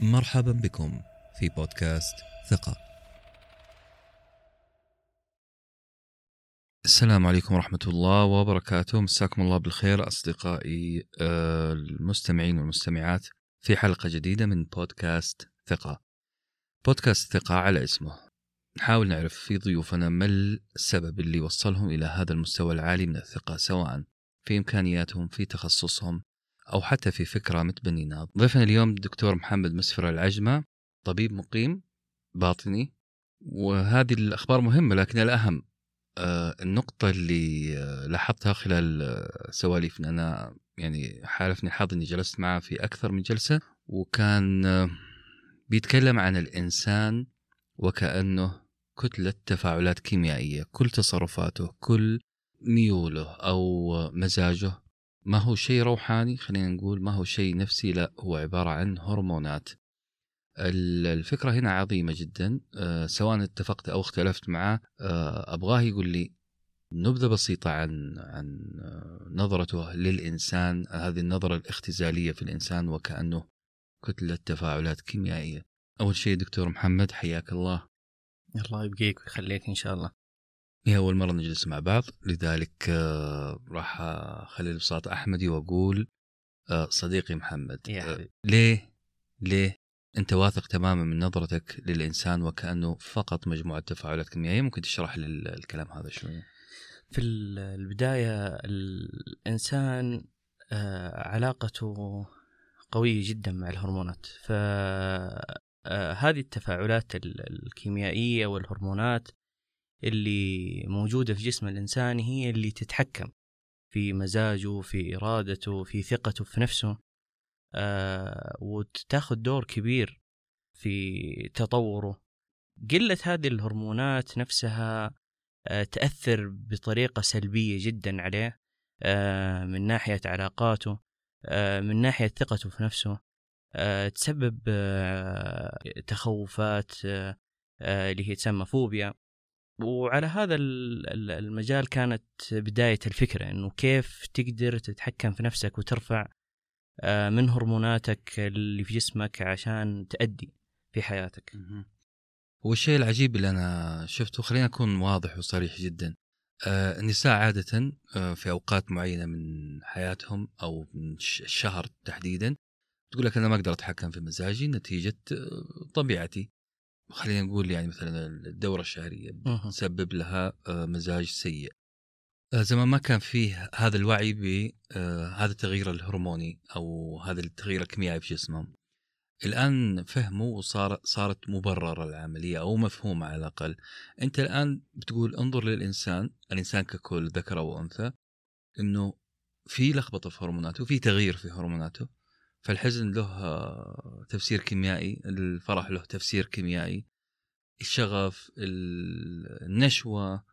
مرحبا بكم في بودكاست ثقة. السلام عليكم ورحمة الله وبركاته، مساكم الله بالخير أصدقائي المستمعين والمستمعات في حلقة جديدة من بودكاست ثقة. بودكاست ثقة على اسمه، نحاول نعرف في ضيوفنا ما السبب اللي وصلهم إلى هذا المستوى العالي من الثقة، سواء في إمكانياتهم، في تخصصهم، أو حتى في فكرة متبنينها. ضيفنا اليوم الدكتور محمد مسفر العجمة، طبيب مقيم باطني. وهذه الأخبار مهمة، لكن الأهم النقطة اللي لاحظتها خلال سواليفنا، أنا يعني حالفني الحظ أني جلست معه في أكثر من جلسة، وكان بيتكلم عن الإنسان وكأنه كتلة تفاعلات كيميائية. كل تصرفاته، كل ميوله أو مزاجه ما هو شيء روحاني، خلينا نقول ما هو شيء نفسي، لا هو عبارة عن هرمونات. الفكرة هنا عظيمة جدا، سواء اتفقت أو اختلفت معه. أبغاه يقول لي نبذة بسيطة عن نظرته للإنسان، هذه النظرة الاختزالية في الإنسان وكأنه كتلة تفاعلات كيميائية. أول شيء دكتور محمد، حياك الله. الله يبقيك ويخليك إن شاء الله. هي أول مرة نجلس مع بعض، لذلك راح أخلي البساط أحمدي وأقول صديقي محمد. ليه أنت واثق تماما من نظرتك للإنسان وكأنه فقط مجموعة تفاعلات كيميائية؟ ممكن تشرح لي الكلام هذا شوية؟ في البداية الإنسان علاقته قوية جدا مع الهرمونات، فهذه التفاعلات الكيميائية والهرمونات اللي موجودة في جسم الإنسان هي اللي تتحكم في مزاجه، في إرادته، في ثقته في نفسه، وتاخذ دور كبير في تطوره. قلة هذه الهرمونات نفسها تأثر بطريقة سلبية جدا عليه، من ناحية علاقاته، من ناحية ثقته في نفسه، تسبب تخوفات اللي هي تسمى فوبيا. وعلى هذا المجال كانت بداية الفكرة، إنه كيف تقدر تتحكم في نفسك وترفع من هرموناتك اللي في جسمك عشان تأدي في حياتك. والشيء العجيب اللي أنا شفته، خلينا أكون واضح وصريح جدا، النساء عادة في أوقات معينة من حياتهم أو من الشهر تحديدا تقول لك أنا ما أقدر أتحكم في مزاجي نتيجة طبيعتي. خلينا نقول يعني مثلا الدورة الشهرية تسبب لها مزاج سيء. زمان ما كان فيه هذا الوعي بهذا التغيير الهرموني أو هذا التغيير الكيميائي في جسمهم. الآن فهموا وصارت مبررة العملية أو مفهومة على الأقل. أنت الآن بتقول انظر للإنسان، الإنسان ككل ذكر أو أنثى، إنه في لخبطة في هرموناته، في تغيير في هرموناته. فالحزن له تفسير كيميائي، الفرح له تفسير كيميائي، الشغف، النشوة.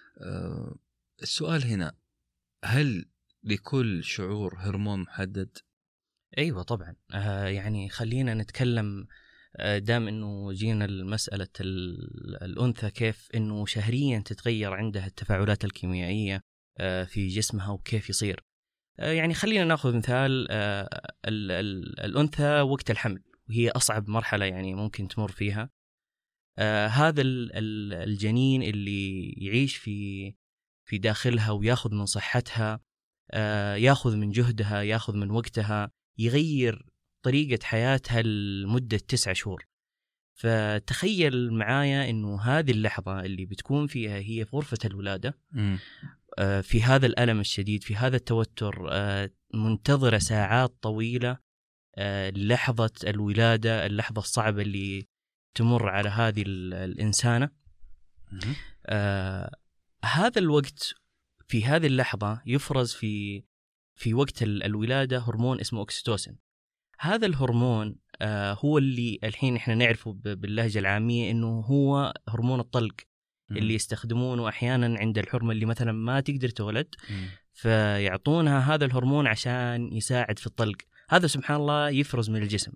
السؤال هنا، هل لكل شعور هرمون محدد؟ أيوة طبعا. يعني خلينا نتكلم دام إنه جينا المسألة الأنثى، كيف إنه شهريا تتغير عندها التفاعلات الكيميائية في جسمها وكيف يصير. يعني خلينا نأخذ مثال الأنثى وقت الحمل، وهي أصعب مرحلة يعني ممكن تمر فيها. هذا الجنين اللي يعيش في داخلها وياخذ من صحتها، ياخذ من جهدها، ياخذ من وقتها، يغير طريقة حياتها لمدة 9 شهور. فتخيل معايا إنه هذه اللحظة اللي بتكون فيها هي في غرفة الولادة، في هذا الألم الشديد، في هذا التوتر، منتظرة ساعات طويلة لحظة الولادة، اللحظة الصعبة اللي تمر على هذه الإنسانة. هذا الوقت، في هذه اللحظة يفرز في وقت الولادة هرمون اسمه أكسيتوسين. هذا الهرمون هو اللي الحين إحنا نعرفه باللهجة العامية إنه هو هرمون الطلق، اللي يستخدمونه أحيانا عند الحرمة اللي مثلا ما تقدر تولد، فيعطونها هذا الهرمون عشان يساعد في الطلق. هذا سبحان الله يفرز من الجسم.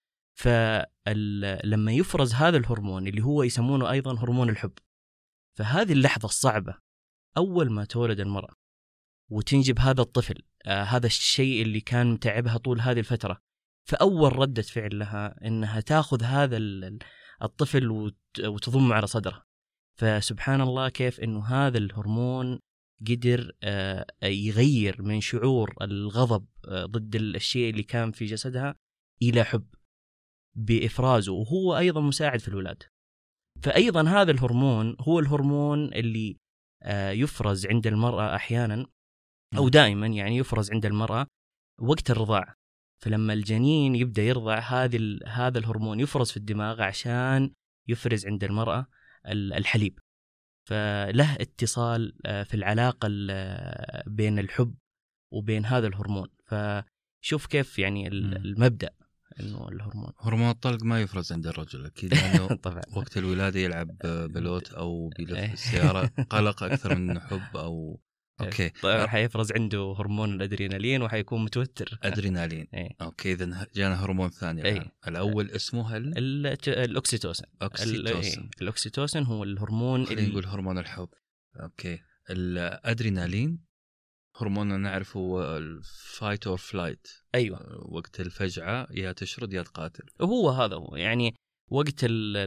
فلما يفرز هذا الهرمون اللي هو يسمونه أيضا هرمون الحب، فهذه اللحظة الصعبة أول ما تولد المرأة وتنجب هذا الطفل، هذا الشيء اللي كان متعبها طول هذه الفترة، فأول ردة فعل لها إنها تأخذ هذا الطفل وتضمه على صدرها. فسبحان الله كيف إنه هذا الهرمون قدر يغير من شعور الغضب ضد الشيء اللي كان في جسدها إلى حب بإفرازه، وهو أيضا مساعد في الولادة. فأيضا هذا الهرمون هو الهرمون اللي يفرز عند المرأة أحيانا أو دائما، يعني يفرز عند المرأة وقت الرضاعة. فلما الجنين يبدأ يرضع هذا الهرمون يفرز في الدماغ عشان يفرز عند المرأة الحليب. فله اتصال في العلاقة بين الحب وبين هذا الهرمون. فشوف كيف يعني المبدأ إنه هرمون الطلق ما يفرز عند الرجل أكيد، لأنه طبعا وقت الولادة يلعب بلوت أو بيلف السيارة، قلق أكثر من حب أو أوكي. طبعا حيفرز عنده هرمون الأدرينالين وحيكون متوتر. أدرينالين. أوكي، إذن جانا هرمون ثاني. الأول اسمه الأكسيتوسين. الأكسيتوسين هو الهرمون اللي نقول هرمون الحب. أوكي. الأدرينالين هرمون نعرفه هو الفايت اور فلايت. أيوة. وقت الفجعة يا تشرد يا تقاتل. هو هذا هو يعني وقت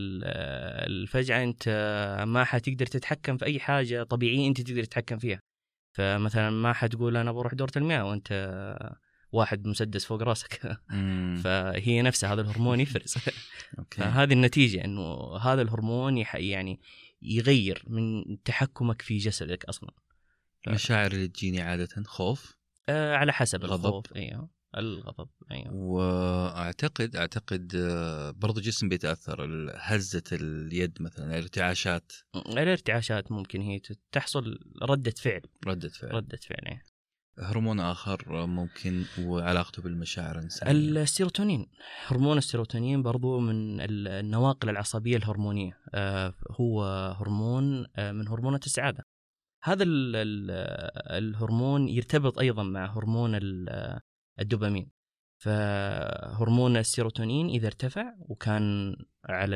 الفجعة أنت ما حتقدر تتحكم في أي حاجة طبيعية أنت تقدر تتحكم فيها. فمثلا ما حتقول أنا بروح دورة المياه وأنت واحد مسدس فوق راسك. فهي نفسها هذا الهرمون يفرز. فهذه النتيجة إنه هذا الهرمون يعني يغير من تحكمك في جسدك أصلا. مشاعر اللي تجيني عادة خوف على حسب الغضب. أيوه الغضب. أيوه. وأعتقد برضو جسم بيتأثر، هزة اليد مثلا، الارتعاشات ممكن هي تحصل ردة فعل. أيوه. هرمون آخر ممكن وعلاقته بالمشاعر الإنسانية السيروتونين. هرمون السيروتونين برضو من النواقل العصبية الهرمونية. هو هرمون من هرمونات السعادة. هذا الهرمون يرتبط أيضا مع هرمون الدوبامين. فهرمون السيروتونين إذا ارتفع وكان على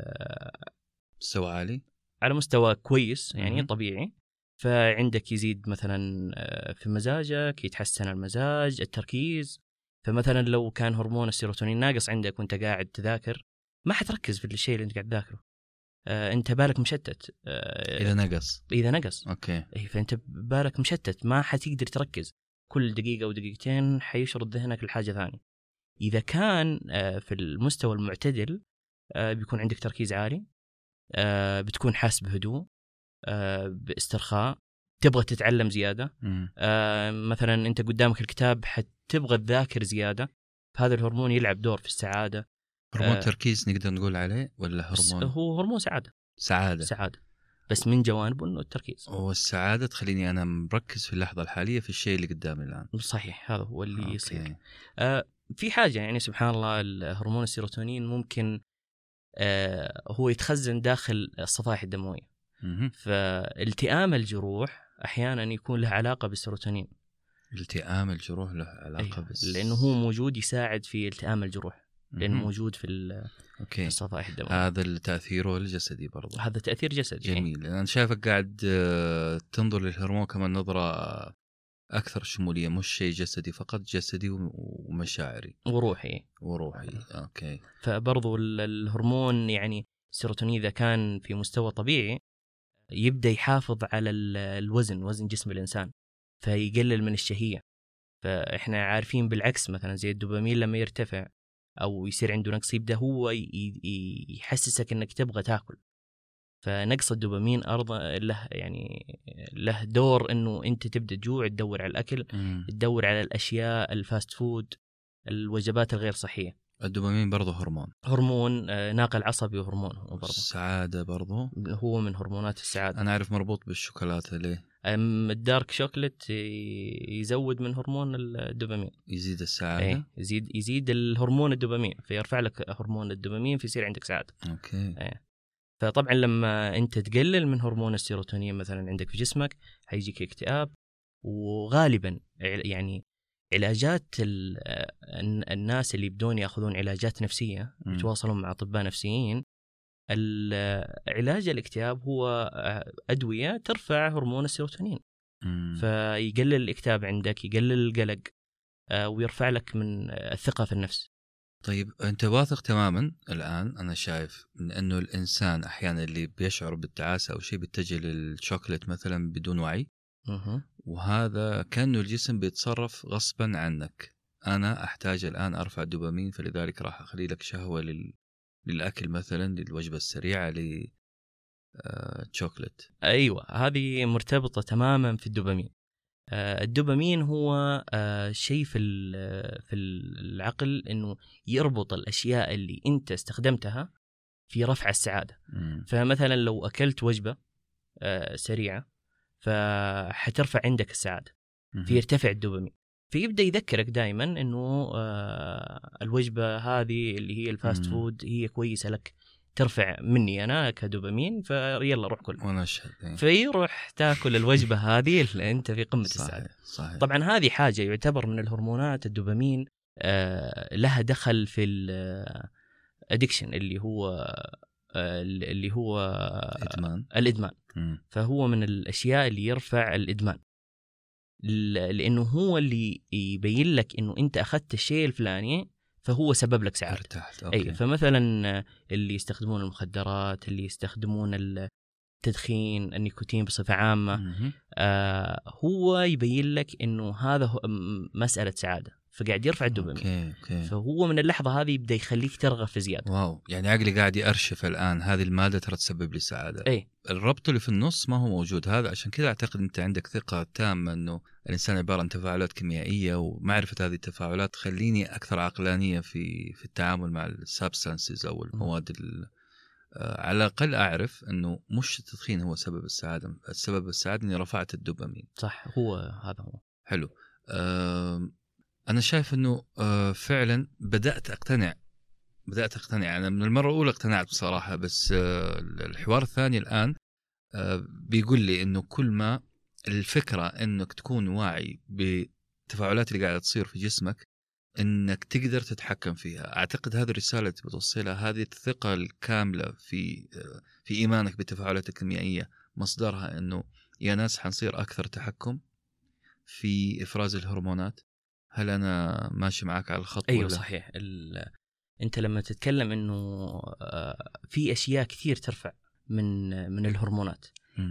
مستوى عالي، على مستوى كويس يعني طبيعي، فعندك يزيد مثلا في مزاجك، يتحسن المزاج، التركيز. فمثلا لو كان هرمون السيروتونين ناقص عندك وانت قاعد تذاكر ما حتركز في الشيء اللي انت قاعد تذاكره. انت بالك مشتت. اذا نقص اوكي، فانت بالك مشتت ما حتقدر تركز. كل دقيقة أو دقيقتين حيشرد ذهنك لحاجة ثانية. إذا كان في المستوى المعتدل بيكون عندك تركيز عالي، بتكون حاس بهدوء، باسترخاء، تبغى تتعلم زيادة. مثلا أنت قدامك الكتاب حتبغى تذاكر زيادة. فهذا الهرمون يلعب دور في السعادة. هرمون تركيز نقدر نقول عليه ولا هرمون؟ هو هرمون سعادة بس من جوانبه انه التركيز والسعاده تخليني انا مركز في اللحظه الحاليه في الشيء اللي قدامي الان. صحيح، هذا هو اللي يصير. في حاجه يعني سبحان الله، الهرمون السيروتونين ممكن هو يتخزن داخل الصفائح الدمويه. فالتئام الجروح احيانا يكون له علاقه بالسيروتونين. التئام الجروح له علاقه لانه هو موجود يساعد في التئام الجروح، لأنه موجود في الصفائح الدموية. هذا التأثير الجسدي برضو. هذا تأثير جسدي جميل. أنا شايفك قاعد تنظر للهرمون كمان نظرة أكثر شمولية، مش شيء جسدي فقط، جسدي ومشاعري وروحي. أوكي. فبرضو الهرمون يعني السيروتونين إذا كان في مستوى طبيعي يبدأ يحافظ على وزن جسم الإنسان، فيقلل من الشهية. فإحنا عارفين بالعكس مثلا زي الدوبامين لما يرتفع أو يصير عنده نقص يبدأ هو يحسسك أنك تبغى تأكل. فنقص الدوبامين له دور أنه أنت تبدأ تجوع، تدور على الأكل، تدور على الأشياء الفاست فود، الوجبات الغير صحية. الدوبامين برضه هرمون ناقل عصبي، وهرمون هو برضه السعادة، برضه هو من هرمونات السعادة. أنا أعرف مربوط بالشوكولاتة. ليه؟ الدارك شوكولات يزود من هرمون الدوبامين، يزيد السعادة. يزيد الهرمون الدوبامين، فيرفع لك هرمون الدوبامين فيصير عندك سعادة. أوكي. فطبعا لما أنت تقلل من هرمون السيروتونين مثلا عندك في جسمك هيجيك اكتئاب. وغالبا يعني علاجات الناس اللي بدون يأخذون علاجات نفسية يتواصلون مع أطباء نفسيين، العلاج الاكتئاب هو أدوية ترفع هرمون السيروتونين، فيقلل الاكتئاب عندك، يقلل القلق، ويرفع لك من الثقة في النفس. طيب أنت واثق تماما الآن أنا شايف من أنه الإنسان أحيانا اللي بيشعر بالتعاسة أو شيء بيتجه للشوكولات مثلا بدون وعي، وهذا كأنه الجسم بيتصرف غصبا عنك. أنا أحتاج الآن أرفع الدوبامين، فلذلك راح أخلي لك شهوة للأكل مثلا، للوجبة السريعة، للشوكولات. أيوة، هذه مرتبطة تماما في الدوبامين. الدوبامين هو شيء في العقل إنه يربط الأشياء اللي أنت استخدمتها في رفع السعادة. فمثلا لو أكلت وجبة سريعة فحترفع عندك السعادة، فيرتفع الدوبامين، فيبدأ يذكرك دائما إنه الوجبة هذه اللي هي الفاست فود هي كويسة لك، ترفع مني أنا كدوبامين، فيلا روح كل. وأنا أشهد. فيروح تاكل الوجبة هذه اللي أنت في قمة السعادة. صحيح. طبعا هذه حاجة يعتبر من الهرمونات. الدوبامين لها دخل في الادكشن اللي هو الإدمان. فهو من الأشياء اللي يرفع الإدمان، لأنه هو اللي يبين لك إنه أنت أخذت الشيء الفلاني فهو سبب لك سعادة. أي، فمثلا اللي يستخدمون المخدرات، اللي يستخدمون التدخين، النيكوتين بصفة عامة، هو يبين لك إنه هذا مسألة سعادة، فقاعد يرفع الدوبامين. فهو من اللحظة هذه يبدأ يخليك ترغب في زيادة. واو، يعني عقلي قاعد يأرشف الآن هذه المادة ترى تسبب لي سعادة. أي. الربط اللي في النص ما هو موجود. هذا عشان كذا أعتقد أنت عندك ثقة تامة أنه الإنسان عبارة عن تفاعلات كيميائية، ومعرفة هذه التفاعلات تخليني أكثر عقلانية في التعامل مع السابستانسز أو المواد. على الأقل أعرف أنه مش التدخين هو سبب السعادة، السبب السعادة أني رفعت الدوبامين. صح، هو هذا هو. حلو. أنا شايف أنه فعلا بدأت أقتنع. أنا من المرة الأولى اقتنعت بصراحة، بس الحوار الثاني الآن بيقول لي أنه كل ما الفكرة أنك تكون واعي بالتفاعلات اللي قاعدة تصير في جسمك، أنك تقدر تتحكم فيها. أعتقد هذه الرسالة اللي بتوصلها، هذه الثقة الكاملة في إيمانك بالتفاعلات الكيميائية، مصدرها أنه يا ناس حنصير أكثر تحكم في إفراز الهرمونات. هل أنا ماشي معك على الخط؟ أيوة ولا؟ صحيح. أنت لما تتكلم إنه في أشياء كثير ترفع من الهرمونات،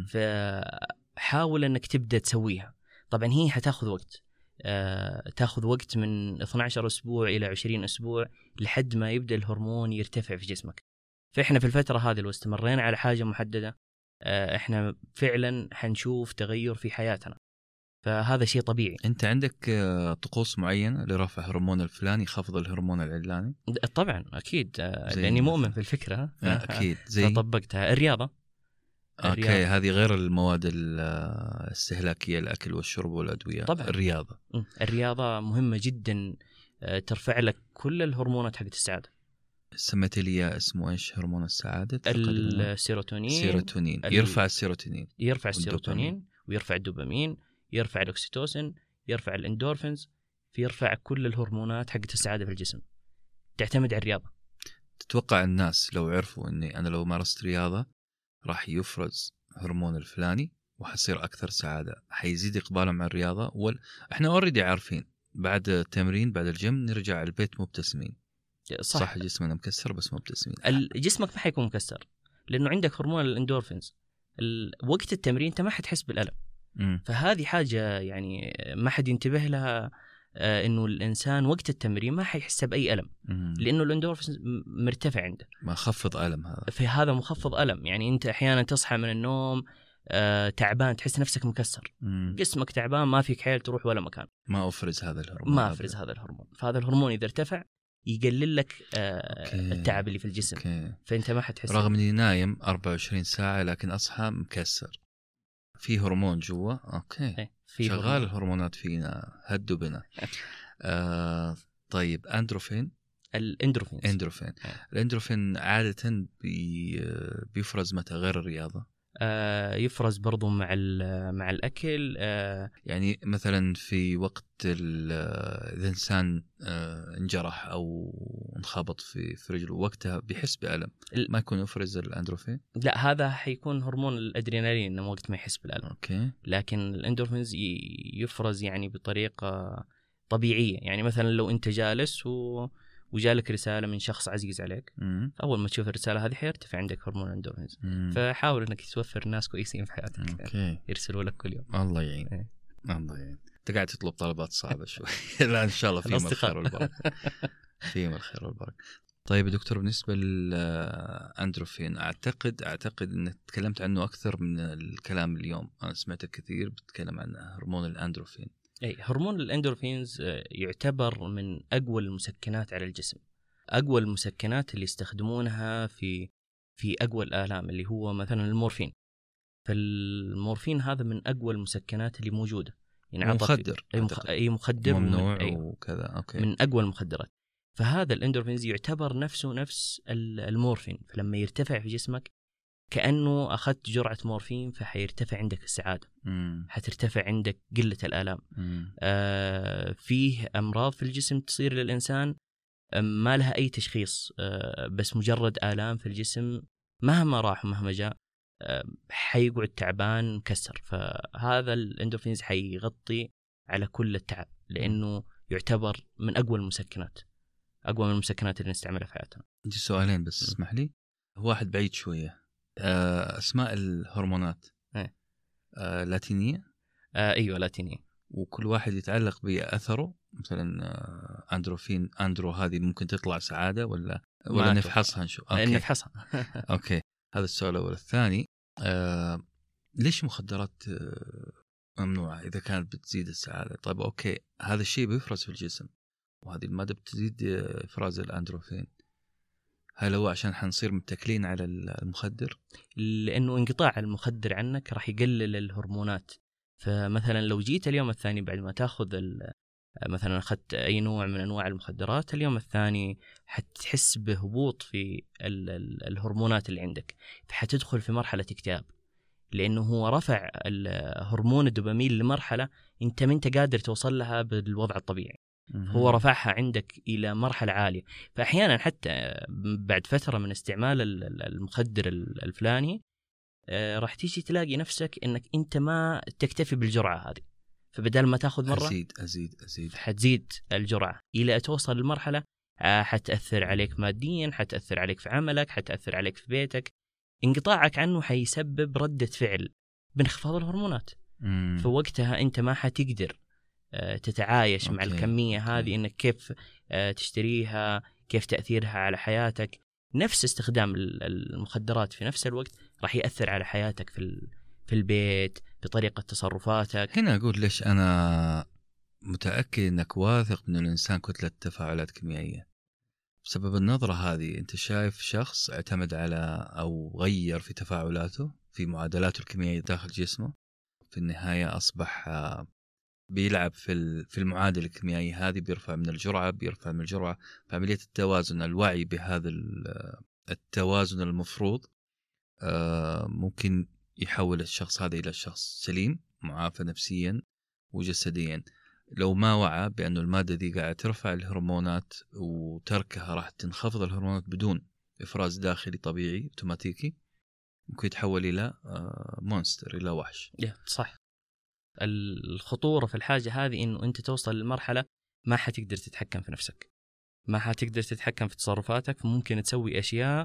فحاول أنك تبدأ تسويها. طبعا هي حتاخذ وقت، تاخذ وقت من 12 أسبوع إلى 20 أسبوع لحد ما يبدأ الهرمون يرتفع في جسمك. فإحنا في الفترة هذه لو استمرينا على حاجة محددة، إحنا فعلا حنشوف تغير في حياتنا، فهذا شيء طبيعي. أنت عندك طقوس معينة لرفع هرمون الفلاني، خفض الهرمون العلاني؟ طبعا أكيد، لأني مؤمن في الفكرة. أكيد. فطبقتها. الرياضة. أوكي، هذه غير المواد الاستهلاكية، الأكل والشرب والأدوية. طبعا الرياضة مهمة جدا، ترفع لك كل الهرمونات حقت السعادة. سميت لي اسمه إيش؟ هرمون السعادة؟ السيروتونين. يرفع السيروتونين ويرفع الدوبامين، يرفع الأكسيتوسين، يرفع الإندورفينز، يرفع كل الهرمونات حقت السعادة في الجسم. تعتمد على الرياضة. تتوقع الناس لو عرفوا إني أنا لو مارست رياضة راح يفرز هرمون الفلاني وحصير أكثر سعادة، حيزيد إقبالهم على الرياضة؟ إحنا أوريدي عارفين بعد التمرين بعد الجيم نرجع البيت مبتسمين. صح جسمنا مكسر بس مبتسمين. جسمك ما حيكون مكسر لأنه عندك هرمون الإندورفينز. وقت التمرين أنت ما حتحس بالألم. فهذه حاجة يعني ما حد ينتبه لها، إنه الإنسان وقت التمرين ما حيحس بأي ألم، لأنه الإندورفينز مرتفع عنده. ما خفض ألم هذا. في هذا مخفض ألم. يعني أنت أحيانا تصحى من النوم تعبان، تحس نفسك مكسر، جسمك تعبان، ما فيك حيل تروح ولا مكان. ما أفرز هذا الهرمون. فهذا الهرمون إذا ارتفع يقلل لك التعب اللي في الجسم. فأنت ما حتحس. رغم إني نايم 24 ساعة لكن أصحى مكسر. في هرمون جوا. أوكي. شغال الهرمونات فينا، هدوا بنا. طيب الاندروفين عادة بيفرز متى غير الرياضة؟ يفرز برضو مع الأكل. يعني مثلا في وقت إذا إنسان انجرح أو انخبط في رجله، وقتها بيحس بألم، ما يكون يفرز الأندروفين؟ لا، هذا حيكون هرمون الأدرينالين إنه وقت ما يحس بالألم. أوكي. لكن الأندروفينز يفرز يعني بطريقة طبيعية. يعني مثلا لو أنت جالس وجالك رسالة من شخص عزيز عليك، أول ما تشوف الرسالة هذه حيرتفع عندك هرمون الاندورفينز. فحاول إنك توفر ناس كويسين في حياتك يرسلوا لك كل يوم. الله يعين. الله يعين. أنت قاعد تطلب طلبات صعبة شوي. لا إن شاء الله فيهم الخير والبركة. فيهم الخير والبركة. طيب يا دكتور، بالنسبة للأندروفين أعتقد أنك تكلمت عنه أكثر من الكلام اليوم. أنا سمعت كثير بتكلم عن هرمون الأندروفين. أي هرمون الأندروفينز يعتبر من أقوى المسكنات على الجسم. أقوى المسكنات اللي يستخدمونها في أقوى الآلام اللي هو مثلا المورفين. فالمورفين هذا من أقوى المسكنات اللي موجودة، يعني مخدر. أي مخدر ممنوع وكذا. أوكي. من أقوى المخدرات. فهذا الاندورفينز يعتبر نفسه نفس المورفين، فلما يرتفع في جسمك كأنه أخذت جرعة مورفين، فحيرتفع عندك السعادة، حترتفع عندك قلة الآلام. فيه أمراض في الجسم تصير للإنسان ما لها أي تشخيص، بس مجرد آلام في الجسم مهما راح ومهما جاء حيقعد تعبان مكسر. فهذا الاندورفينز حيغطي على كل التعب، لأنه يعتبر من أقوى المسكنات، أقوى من المسكنات اللي نستعملها في حياتنا. عندي سؤالين بس اسمح لي. واحد بعيد شوية. أسماء الهرمونات لاتينية؟ أيوة لاتينية، وكل واحد يتعلق بأثره. مثلا أندروفين، أندرو هذه ممكن تطلع سعادة ولا نفحصها نشوف؟ نفحصها. أوكي. هذا السؤال الأول. الثاني ليش مخدرات ممنوعة إذا كانت بتزيد السعادة؟ طيب أوكي، هذا الشيء بيفرز في الجسم وهذه المادة بتزيد إفراز الأندروفين. هل هو عشان حنصير متكلين على المخدر؟ لأنه انقطاع المخدر عنك راح يقلل الهرمونات. فمثلا لو جيت اليوم الثاني بعد ما تاخذ مثلا أخذت أي نوع من أنواع المخدرات، اليوم الثاني حتحس بهبوط في الهرمونات اللي عندك، فحتدخل في مرحلة اكتئاب، لأنه هو رفع هرمون الدوبامين لمرحلة أنت ما أنت قادر توصل لها بالوضع الطبيعي. هو رفعها عندك إلى مرحلة عالية. فأحيانا حتى بعد فترة من استعمال المخدر الفلاني راح تيجي تلاقي نفسك إنك أنت ما تكتفي بالجرعة هذه، فبدل ما تأخذ مرة أزيد حتزيد الجرعة إلى توصل لمرحلة حتأثر عليك ماديا، حتأثر عليك في عملك، حتأثر عليك في بيتك. انقطاعك عنه حيسبب ردة فعل بانخفاض الهرمونات. فوقتها أنت ما حتقدر تتعايش مع الكمية هذه، إنك كيف تشتريها، كيف تأثيرها على حياتك. نفس استخدام المخدرات في نفس الوقت راح يأثر على حياتك في البيت، بطريقة تصرفاتك. هنا أقول ليش أنا متأكد أنك واثق من الإنسان كتلة تفاعلات كيميائية. بسبب النظرة هذه أنت شايف شخص اعتمد على أو غير في تفاعلاته، في معادلاته الكيميائية داخل جسمه، في النهاية أصبح بيلعب في المعادلة الكيميائية هذه، بيرفع من الجرعة في عملية التوازن. الوعي بهذا التوازن المفروض ممكن يحول الشخص هذا إلى شخص سليم معافى نفسيا وجسديا. لو ما وعى بأنه المادة دي قاعدة ترفع الهرمونات وتركها راح تنخفض الهرمونات بدون إفراز داخلي طبيعي اوتوماتيكي، ممكن يتحول إلى مونستر، إلى وحش. صح. الخطورة في الحاجة هذه إنه أنت توصل لمرحلة ما حتقدر تتحكم في نفسك، ما حتقدر تتحكم في تصرفاتك، ممكن تسوي أشياء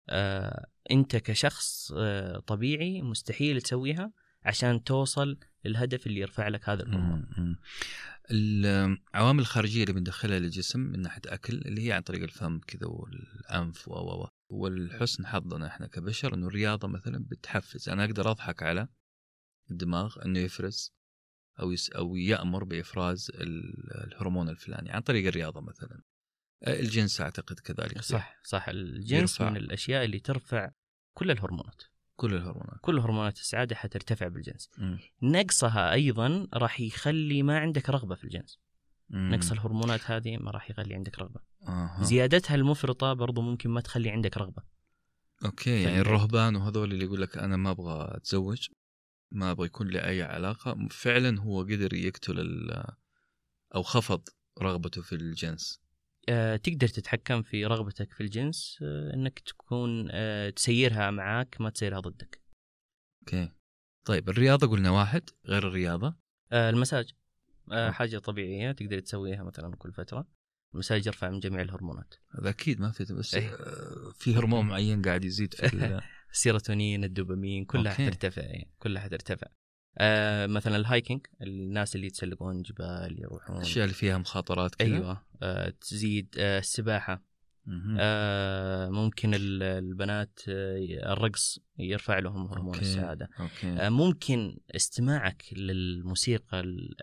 أنت كشخص طبيعي مستحيل تسويها عشان توصل للهدف اللي يرفع لك هذا الهرمون. العوامل الخارجية اللي بندخلها للجسم من ناحية أكل اللي هي عن طريق الفم كذا والأنف والحسن حظنا إحنا كبشر إنه الرياضة مثلا بتحفز. أنا أقدر أضحك على الدماغ إنه يفرز أو يأمر بإفراز الهرمون الفلاني عن طريق الرياضة مثلا. الجنس أعتقد كذلك. صح. الجنس من الأشياء اللي ترفع كل الهرمونات. كل هرمونات السعادة حترتفع بالجنس. نقصها أيضا راح يخلي ما عندك رغبة في الجنس. نقص الهرمونات هذه ما راح يخلي عندك رغبة. زيادتها المفرطة برضو ممكن ما تخلي عندك رغبة. أوكي. يعني الرهبان وهذول اللي يقول لك أنا ما أبغى أتزوج، ما أبغى يكون لي أي علاقة، فعلا هو قدر يقتل أو خفض رغبته في الجنس. تقدر تتحكم في رغبتك في الجنس، انك تكون تسيرها معاك ما تسيرها ضدك. اوكي. طيب الرياضة قلنا واحد. غير الرياضة المساج حاجة طبيعية تقدر تسويها مثلا كل فترة. المساج يرفع من جميع الهرمونات. هذا اكيد ما في، بس في هرمون معين قاعد يزيد في السيروتونين، الدوبامين، كلها حترتفع يعني. كلها حترتفع. مثلا الهايكينج، الناس اللي يتسلقون جبال، يروحون الاشياء اللي فيها مخاطرات كذا. ايوه. تزيد. السباحه. ممكن البنات الرقص يرفع لهم هرمون السعاده. ممكن استماعك للموسيقى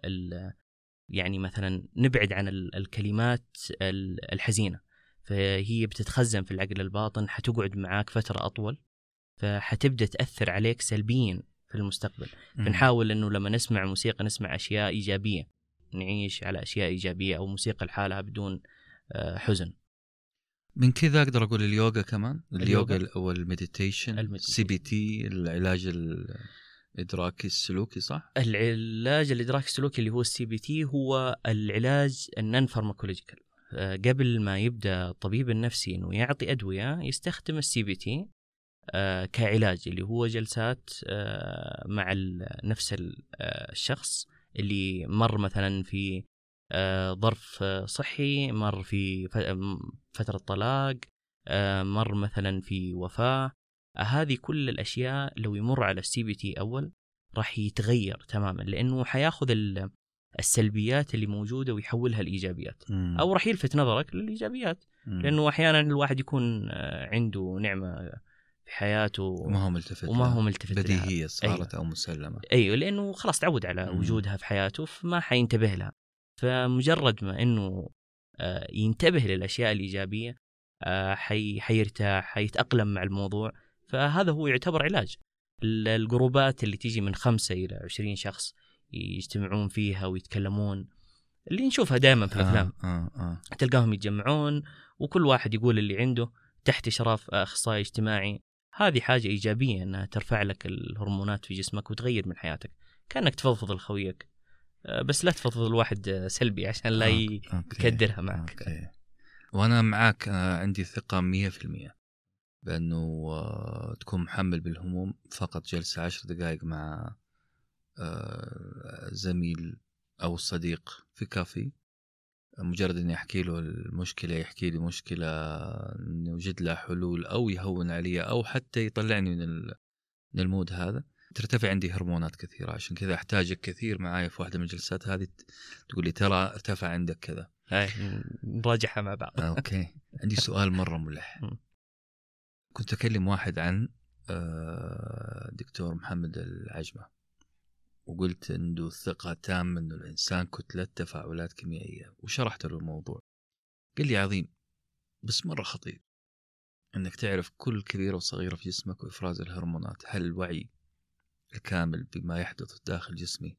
يعني مثلا نبعد عن الكلمات الحزينة، فهي بتتخزن في العقل الباطن، حتقعد معاك فترة أطول، فحتبدأ تأثر عليك سلبيا في المستقبل. فنحاول أنه لما نسمع موسيقى نسمع أشياء إيجابية، نعيش على أشياء إيجابية، أو موسيقى لحالها بدون حزن. من كذا أقدر أقول اليوغا كمان، اليوغا أو المديتيشن، CBT، العلاج الإدراكي السلوكي، صح؟ العلاج الإدراكي السلوكي اللي هو CBT هو العلاج النون فارماكولوجيكال. قبل ما يبدأ الطبيب النفسي إنه يعطي أدوية يستخدم CBT كعلاج، اللي هو جلسات مع نفس الشخص اللي مر مثلا في ظرف صحي، مر في فترة طلاق، مر مثلا في وفاة. هذه كل الأشياء لو يمر على CBT أول راح يتغير تماما، لأنه حياخذ السلبيات اللي موجودة ويحولها لإيجابيات، أو راح يلفت نظرك للإيجابيات. لأنه أحيانا الواحد يكون عنده نعمة في حياته وما هو ملتفت بديهية صارت. أو مسلمة. أيوة، لأنه خلاص تعود على وجودها في حياته، فما حينتبه لها. فمجرد ما أنه ينتبه للأشياء الإيجابية حيرتاح، حيتأقلم مع الموضوع. فهذا هو يعتبر علاج. الجروبات اللي تيجي من 5 إلى 20 شخص يجتمعون فيها ويتكلمون، اللي نشوفها دائما في الأفلام، تلقاهم يتجمعون وكل واحد يقول اللي عنده تحت إشراف أخصائي اجتماعي. هذه حاجة إيجابية، أنها ترفع لك الهرمونات في جسمك وتغير من حياتك، كأنك تفضفض لخويك. بس لا تفضفض الواحد سلبي عشان لا يكدرها معك. وأنا معك، عندي ثقة 100% بأنه تكون محمل بالهموم. فقط جلسة 10 دقائق مع زميل أو صديق في كافي، مجرد أني أحكي له المشكلة، يحكي لي مشكلة، نوجد لها حلول، أو يهون علي، أو حتى يطلعني من المود هذا، ترتفع عندي هرمونات كثيرة. عشان كذا أحتاجك كثير معايا في واحدة من الجلسات هذه، تقول لي ترى ارتفع عندك كذا، نراجعها مع بعض. أوكي. عندي سؤال مرة ملح. كنت أكلم واحد عن دكتور محمد العجمة، وقلت عنده ثقة تامة أنه الإنسان كتلة تفاعلات كيميائية، وشرحت له الموضوع. قال لي عظيم، بس مرة خطير أنك تعرف كل كبيرة وصغيرة في جسمك وإفراز الهرمونات. هل الوعي الكامل بما يحدث داخل جسمي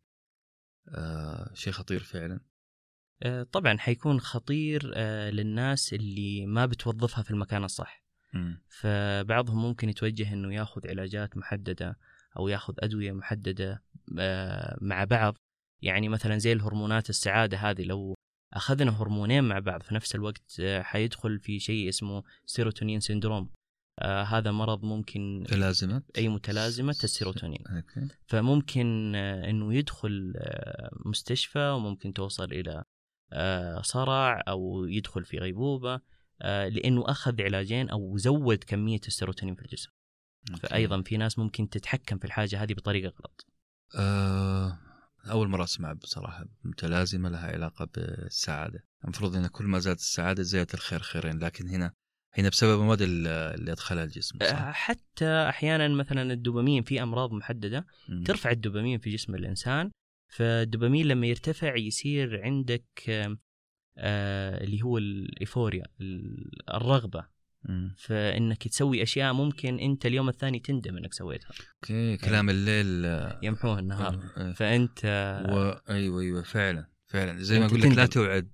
شيء خطير فعلا؟ طبعا حيكون خطير للناس اللي ما بتوظفها في المكان الصح. فبعضهم ممكن يتوجه أنه يأخذ علاجات محددة أو يأخذ أدوية محددة مع بعض. يعني مثلا زي الهرمونات السعادة هذه، لو أخذنا هرمونين مع بعض في نفس الوقت حيدخل في شيء اسمه سيروتونين سيندروم. هذا مرض ممكن متلازمة السيروتونين. فممكن أنه يدخل مستشفى، وممكن توصل إلى صرع، أو يدخل في غيبوبة لأنه أخذ علاجين أو زود كمية السيروتونين في الجسم. فأيضا في ناس ممكن تتحكم في الحاجة هذه بطريقة غلط. أول مرة أسمع بصراحة متلازمة لها علاقة بالسعادة. المفروض أن كل ما زادت السعادة زادت الخير خيرين، لكن هنا بسبب المواد اللي أدخلها الجسم، صح؟ حتى أحيانا مثلا الدوبامين في أمراض محددة ترفع الدوبامين في جسم الإنسان. فالدوبامين لما يرتفع يصير عندك اللي هو الإيفوريا، الرغبة، فإنك تسوي أشياء ممكن أنت اليوم الثاني تندم إنك سويتها. أوكي. كلام الليل يمحوه النهار. فأنت أيوة فعلا زي ما أقول لك، لا توعد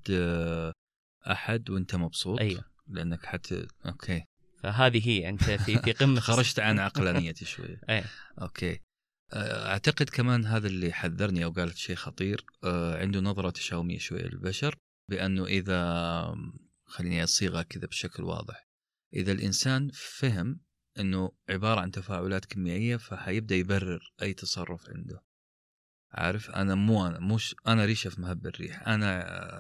أحد وأنت مبسوط. أيوة. لأنك أوكي. فهذه هي أنت في قمة خرجت عن عقلانيتي شوية. أوكي. أعتقد كمان هذا اللي حذرني أو قالت شيء خطير. عنده نظرة تشاؤمية شوية للبشر، بأنه إذا خليني أصيغها كذا بشكل واضح، إذا الإنسان فهم أنه عبارة عن تفاعلات كيميائية، فحيبدأ يبرر أي تصرف عنده. عارف، أنا مش أنا ريشة في مهب الريح، أنا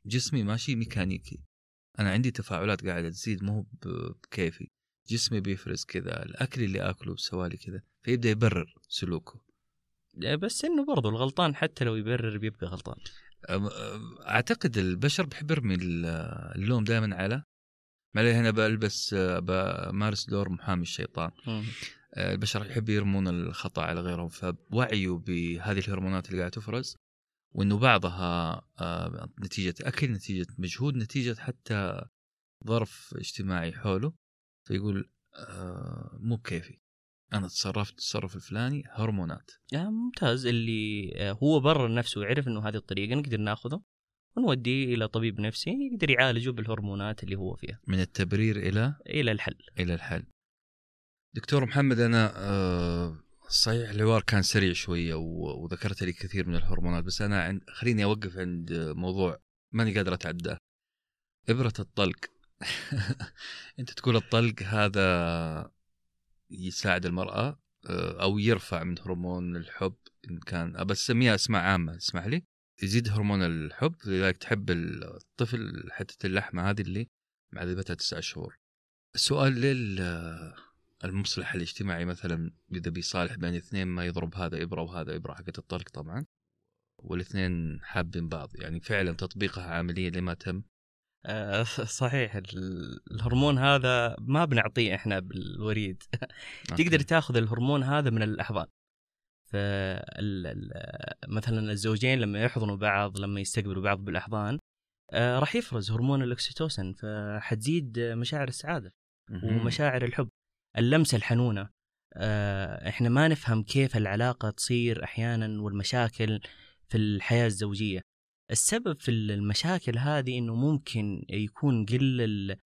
جسمي ماشي ميكانيكي، أنا عندي تفاعلات قاعدة تزيد مو بكيفي، جسمي بيفرز كذا، الأكل اللي أكله بسوالي كذا، فيبدأ يبرر سلوكه. بس إنه برضو الغلطان حتى لو يبرر بيبقى غلطان. أعتقد البشر بحب يرمي اللوم دائما على ما عليه. هنا بمارس دور محامي الشيطان. البشر يحب يرمون الخطأ على غيرهم، فوعيوا بهذه الهرمونات اللي قاعدة تفرز، وإنه بعضها نتيجة أكل، نتيجة مجهود، نتيجة حتى ظرف اجتماعي حوله، فيقول مو بكيفي، أنا تصرفت التصرف الفلاني، هرمونات. ممتاز. اللي هو برر نفسه ويعرف إنه هذه الطريقة نقدر ناخذه ونوديه إلى طبيب نفسي يقدر يعالجه بالهرمونات اللي هو فيها. من التبرير إلى الحل. دكتور محمد، أنا صحيح الحوار كان سريع شوية وذكرت لي كثير من الهرمونات، بس أنا خليني أوقف عند موضوع ماني قادر أتعداه، إبرة الطلق. أنت تقول الطلق هذا يساعد المرأة أو يرفع من هرمون الحب، إن كان بس سميها اسماء عامة، اسمح لي، يزيد هرمون الحب، لذلك تحب الطفل حتة اللحمة هذه اللي معذبتها 9 شهور. السؤال المصلح الاجتماعي مثلا، إذا بيصالح بين اثنين ما يضرب هذا إبرة وهذا إبرة حقت الطلق طبعا، والاثنين حابين بعض، يعني فعلا تطبيقها عمليا لما تم. صحيح. الهرمون هذا ما بنعطيه احنا بالوريد. تقدر تاخذ الهرمون هذا من الأحضان. مثلا الزوجين لما يحضنوا بعض، لما يستقبلوا بعض بالأحضان، راح يفرز هرمون الأكسيتوسين، فحتزيد مشاعر السعادة ومشاعر الحب. اللمسة الحنونة، احنا ما نفهم كيف العلاقة تصير أحيانا والمشاكل في الحياة الزوجية. السبب في المشاكل هذه إنه ممكن يكون قل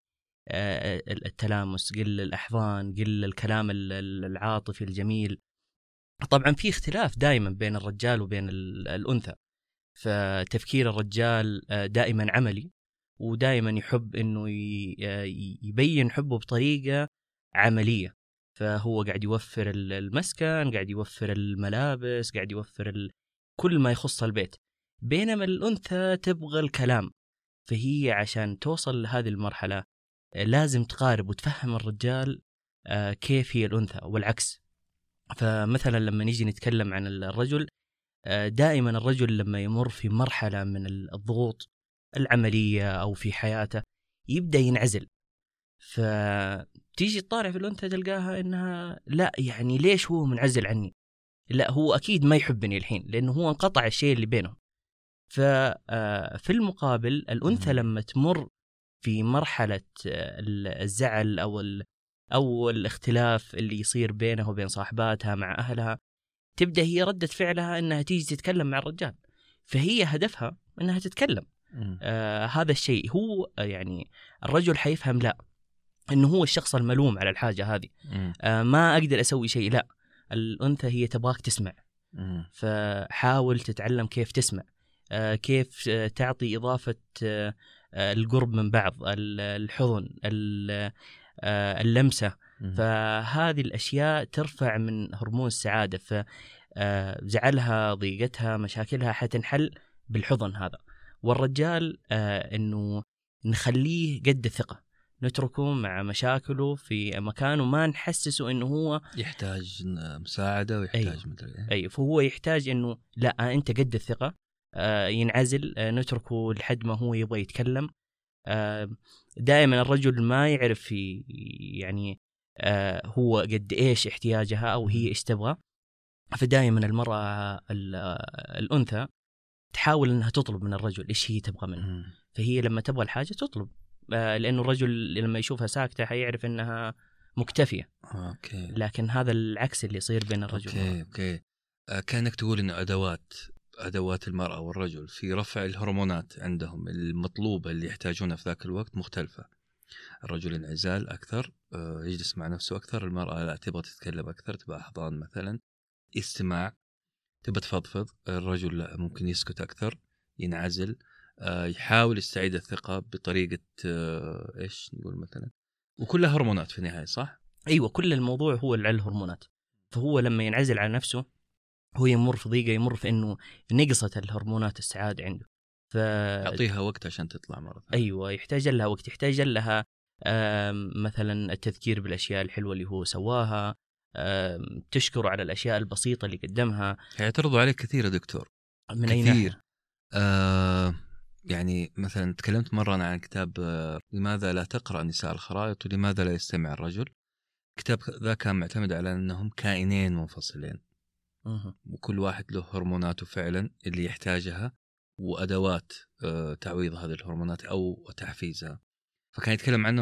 التلامس، قل الأحضان، قل الكلام العاطفي الجميل. طبعا في اختلاف دائما بين الرجال وبين الأنثى، فتفكير الرجال دائما عملي، ودائما يحب إنه يبين حبه بطريقة عملية، فهو قاعد يوفر المسكن، قاعد يوفر الملابس، قاعد يوفر كل ما يخص البيت. بينما الأنثى تبغى الكلام، فهي عشان توصل لهذه المرحلة لازم تقارب وتفهم الرجال كيف هي الأنثى والعكس. فمثلا لما نيجي نتكلم عن الرجل، دائما الرجل لما يمر في مرحلة من الضغوط العملية أو في حياته يبدأ ينعزل، فتيجي تطالع في الأنثى تلقاها إنها لا، يعني ليش هو منعزل عني؟ لا، هو أكيد ما يحبني الحين لأنه هو انقطع الشيء اللي بينهم. ففي المقابل الأنثى لما تمر في مرحلة الزعل أو الاختلاف اللي يصير بينها وبين صاحباتها مع أهلها، تبدأ هي ردة فعلها إنها تيجي تتكلم مع الرجال، فهي هدفها إنها تتكلم. هذا الشيء هو يعني الرجل حيفهم لا، إنه هو الشخص الملوم على الحاجة هذه، ما أقدر أسوي شيء. لا، الأنثى هي تبغاك تسمع، فحاول تتعلم كيف تسمع، كيف تعطي إضافة القرب من بعض، الحضن، اللمسة. فهذه الأشياء ترفع من هرمون السعادة، فزعلها، ضيقتها، مشاكلها حتنحل بالحضن هذا. والرجال إنه نخليه قد الثقة، نتركه مع مشاكله في مكانه، ما نحسسه إنه هو يحتاج مساعدة ويحتاج أي فهو يحتاج إنه لا، أنت قد الثقة، ينعزل، نتركه لحد ما هو يبغى يتكلم. دائما الرجل ما يعرف يعني هو قد إيش احتياجها أو هي إيش تبغى، فدائما المرأة الأنثى تحاول أنها تطلب من الرجل إيش هي تبغى منه. فهي لما تبغى الحاجة تطلب، لأنه الرجل لما يشوفها ساكتة حيعرف أنها مكتفية. لكن هذا العكس اللي يصير بين الرجل أوكي. كأنك تقول إنه أدوات المرأة والرجل في رفع الهرمونات عندهم المطلوبة اللي يحتاجونها في ذاك الوقت مختلفة. الرجل انعزال أكثر، يجلس مع نفسه أكثر. المرأة لا، تبغى تتكلم أكثر، تبغى أحضان مثلا، استماع، تبغى تفضفض. الرجل لا، ممكن يسكت أكثر، ينعزل، يحاول يستعيد الثقة بطريقة إيش نقول مثلا، وكلها هرمونات في النهاية، صح؟ أيوة، كل الموضوع هو الهرمونات. فهو لما ينعزل على نفسه هو يمر في ضيقة، يمر في إنه نقصت الهرمونات السعادة عنده، يعطيها وقت عشان تطلع مرة ثانية. أيوة، يحتاج لها وقت، يحتاج لها مثلا التذكير بالأشياء الحلوة اللي هو سواها، تشكره على الأشياء البسيطة اللي قدمها. يعترضوا عليك كثير يا دكتور، من كثير. أي ناحية؟ يعني مثلا تكلمت مرة أنا عن كتاب لماذا لا تقرأ نساء الخرائط ولماذا لا يستمع الرجل. الكتاب ذا كان معتمد على أنهم كائنين منفصلين، وكل واحد له هرموناته فعلا اللي يحتاجها وأدوات تعويض هذه الهرمونات أو تحفيزها. فكان يتكلم عنهم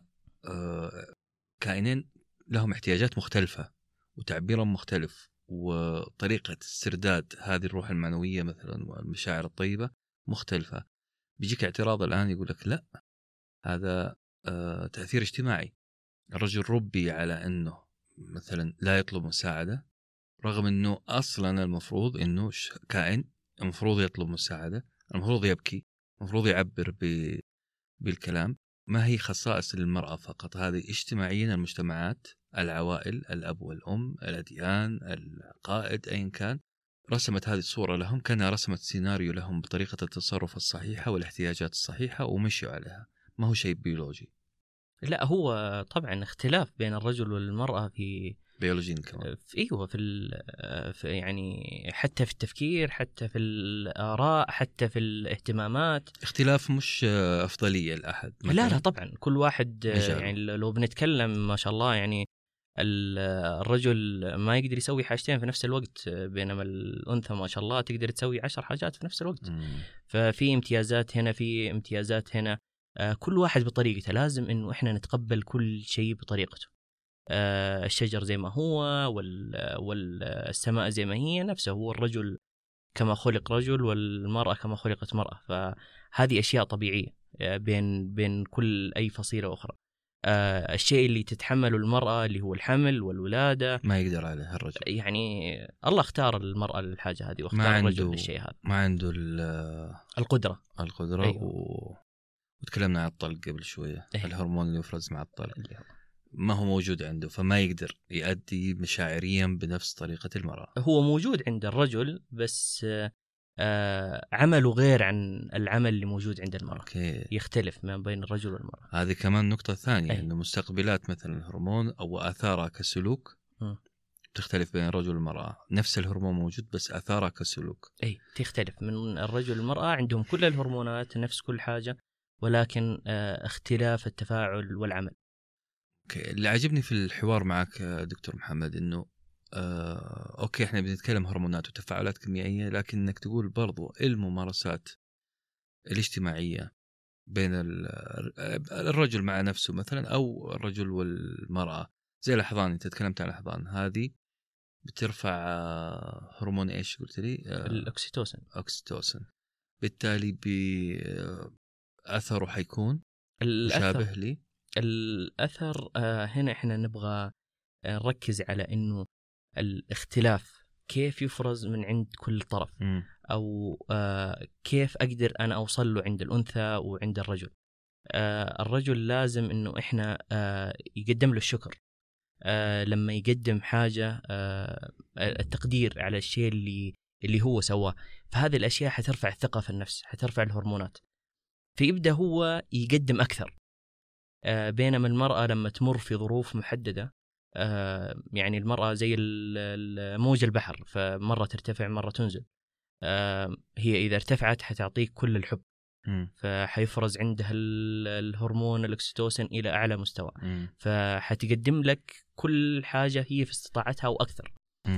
كائنين لهم احتياجات مختلفة وتعبيرهم مختلف، وطريقة استرداد هذه الروح المعنوية مثلا والمشاعر الطيبة مختلفة. بيجيك اعتراض الآن يقول لك لا، هذا تأثير اجتماعي. الرجل ربي على أنه مثلا لا يطلب مساعدة، رغم أنه أصلا المفروض أنه كائن المفروض يطلب مساعدة، المفروض يبكي، المفروض يعبر بالكلام. ما هي خصائص للمرأة فقط، هذه اجتماعيا المجتمعات، العوائل، الأب والأم، الأديان، القائد، أين كان رسمت هذه الصورة لهم، كانها رسمت سيناريو لهم بطريقة التصرف الصحيحة والاحتياجات الصحيحة ومشوا عليها. ما هو شيء بيولوجي. لا، هو طبعا اختلاف بين الرجل والمرأة في بيولوجيا كمان. ايوه، في يعني حتى في التفكير، حتى في الآراء، حتى في الاهتمامات. اختلاف مش أفضلية لأحد. لا طبعا كل واحد مجاله. يعني لو بنتكلم ما شاء الله يعني الرجل ما يقدر يسوي حاجتين في نفس الوقت، بينما الأنثى ما شاء الله تقدر تسوي 10 حاجات في نفس الوقت. ففي امتيازات هنا، في امتيازات هنا، كل واحد بطريقته. لازم إنه إحنا نتقبل كل شيء بطريقته. الشجر زي ما هو، والسماء زي ما هي نفسه، هو الرجل كما خلق رجل والمرأة كما خلقت مرأة. فهذه أشياء طبيعية بين كل أي فصيلة أخرى. الشيء اللي تتحمله المرأة اللي هو الحمل والولادة ما يقدر عليه الرجل. يعني الله اختار المرأة للحاجة هذه واختار الرجل للشيء هذا. ما عنده القدرة. أيوه. وتكلمنا عن الطلق قبل شوية. أيوه. الهرمون اللي يفرز مع الطلق ما هو موجود عنده، فما يقدر يؤدي مشاعريا بنفس طريقة المرأة. هو موجود عند الرجل بس عمله غير عن العمل اللي موجود عند المرأة. أوكي. يختلف ما بين الرجل والمرأة. هذه كمان نقطة ثانية. أنه مستقبلات مثلا الهرمون أو آثارها كسلوك تختلف بين الرجل والمرأة. نفس الهرمون موجود بس آثارها كسلوك تختلف من الرجل والمرأة. عندهم كل الهرمونات نفس كل حاجة، ولكن اختلاف التفاعل والعمل. أوكي. اللي عجبني في الحوار معك دكتور محمد أنه أوكي إحنا بنتكلم هرمونات وتفاعلات كيميائية، لكن إنك تقول برضو الممارسات الاجتماعية بين الرجل مع نفسه مثلا أو الرجل والمرأة، زي الأحضان. أنت تكلمت عن الأحضان، هذه بترفع هرمون إيش قلت لي؟ الأكسيتوسين. بالتالي بأثره حيكون مشابه لي. الأثر هنا إحنا نبغى نركز على إنه الاختلاف كيف يفرز من عند كل طرف، أو كيف أقدر أنا أوصل له عند الأنثى وعند الرجل. الرجل لازم إنه إحنا يقدم له الشكر لما يقدم حاجة، التقدير على الشيء اللي هو سواه. فهذه الأشياء حترفع الثقة في النفس، حترفع الهرمونات، فيبدأ هو يقدم أكثر. بينما المرأة لما تمر في ظروف محددة، يعني المرأة زي موج البحر، فمرة ترتفع مرة تنزل. هي إذا ارتفعت حتعطيك كل الحب، فحيفرز عندها الهرمون الأكسيتوسين إلى أعلى مستوى، فحتقدم لك كل حاجة هي في استطاعتها وأكثر.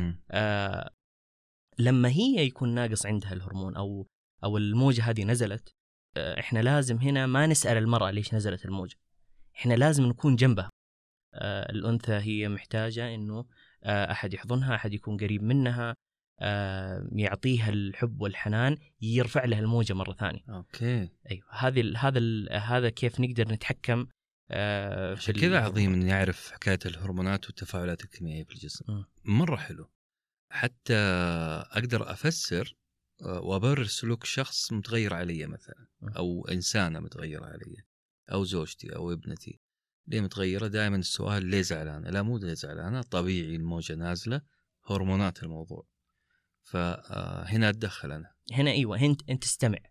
لما هي يكون ناقص عندها الهرمون أو الموجة هذه نزلت، إحنا لازم هنا ما نسأل المرأة ليش نزلت الموجة، إحنا لازم نكون جنبها. الأنثى هي محتاجة إنه أحد يحضنها، أحد يكون قريب منها، يعطيها الحب والحنان، يرفع لها الموجة مرة ثانية. أوكي. أيوة، هذا كيف نقدر نتحكم. عشان كذا عظيم إن يعرف حكاية الهرمونات والتفاعلات الكيميائية في الجسم. مرة حلو. حتى أقدر أفسر وأبرر سلوك شخص متغير علي مثلا، أو إنسانة متغيرة علي، أو زوجتي أو ابنتي ليه متغيرة. دائما السؤال ليه زعلانة؟ لا، مو ليه زعلانة، طبيعي الموجة نازلة، هرمونات الموضوع. فهنا أتدخل أنا. هنا أيوة، أنت تستمع.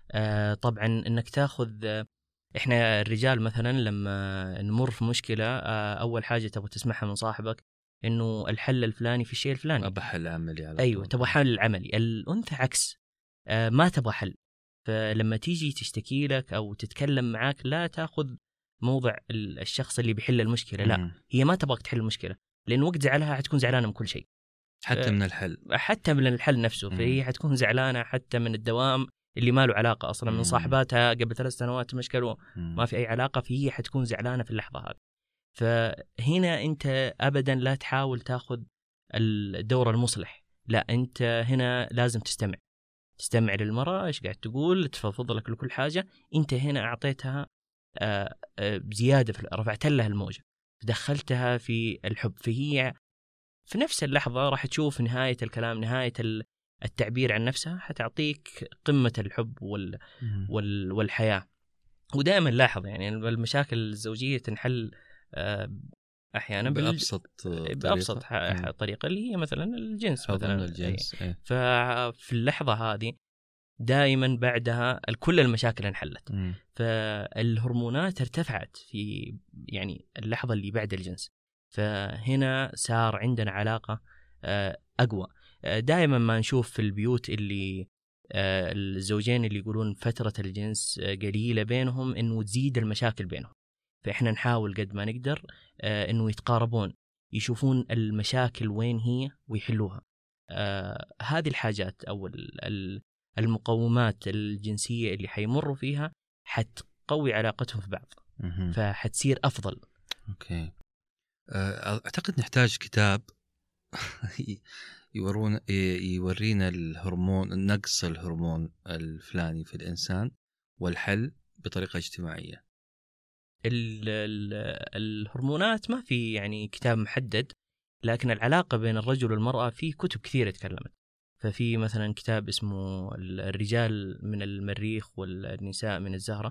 طبعا انك تاخذ احنا الرجال مثلا لما نمر في مشكله اول حاجه تبغى تسمعها من صاحبك انه الحل الفلاني في الشيء الفلاني، ابى حل عملي على ايوه طول. تبغى حل عملي. الانثى عكس، ما تبغى حل. فلما تيجي تشتكي لك او تتكلم معاك لا تاخذ موضع الشخص اللي بيحل المشكله، لا هي ما تبغاك تحل المشكله، لان وقت زعلها حتكون زعلانه من كل شيء، حتى من الحل، حتى من الحل نفسه. فهي حتكون زعلانه حتى من الدوام اللي ما له علاقه اصلا، من صاحباتها قبل 3 سنوات مشكله ما في اي علاقه، فهي حتكون زعلانه في اللحظه هذه. فهنا انت ابدا لا تحاول تاخذ الدور المصلح، لا انت هنا لازم تستمع للمرأة ايش قاعد تقول، تفضفض لك لكل حاجة. انت هنا اعطيتها زيادة، رفعت لها الموجة، دخلتها في الحب، فهي في نفس اللحظة راح تشوف نهاية الكلام، نهاية التعبير عن نفسها، حتعطيك قمة الحب والحياة. ودائما لاحظ يعني المشاكل الزوجية تنحل احيانا بابسط طريقه اللي هي مثلا الجنس، مثلا الجنس. ففي اللحظه هذه دائما بعدها كل المشاكل انحلت. فالهرمونات ارتفعت في يعني اللحظه اللي بعد الجنس، فهنا صار عندنا علاقه اقوى. دائما ما نشوف في البيوت اللي الزوجين اللي يقولون فتره الجنس قليله بينهم انه تزيد المشاكل بينهم. فإحنا نحاول قد ما نقدر إنه يتقاربون، يشوفون المشاكل وين هي ويحلوها. هذه الحاجات أو المقومات الجنسية اللي حيمروا فيها حتقوي علاقتهم في بعض، فحتصير أفضل. أوكي. أعتقد نحتاج كتاب يورينا الهرمون، نقص الهرمون الفلاني في الإنسان والحل بطريقة اجتماعية. الهرمونات ما في يعني كتاب محدد، لكن العلاقة بين الرجل والمرأة في كتب كثيرة تكلمت. ففي مثلا كتاب اسمه الرجال من المريخ والنساء من الزهرة،